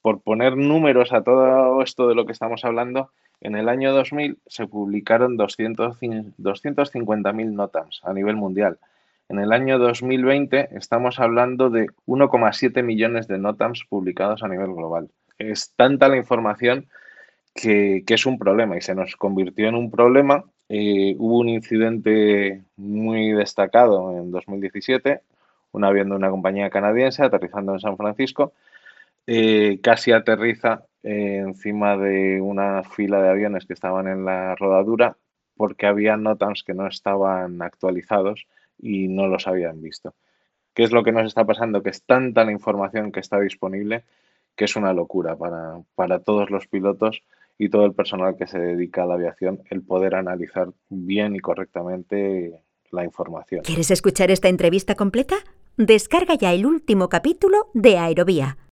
por poner números a todo esto de lo que estamos hablando, en el año 2000 se publicaron 250.000 NOTAMs a nivel mundial. En el año 2020 estamos hablando de 1,7 millones de NOTAMs publicados a nivel global. Es tanta la información que es un problema y se nos convirtió en un problema. Hubo un incidente muy destacado en 2017, un avión de una compañía canadiense aterrizando en San Francisco, casi aterriza encima de una fila de aviones que estaban en la rodadura porque había NOTAMs que no estaban actualizados y no los habían visto. ¿Qué es lo que nos está pasando? Que es tanta la información que está disponible que es una locura para todos los pilotos y todo el personal que se dedica a la aviación el poder analizar bien y correctamente la información. ¿Quieres escuchar esta entrevista completa? Descarga ya el último capítulo de Aerovía.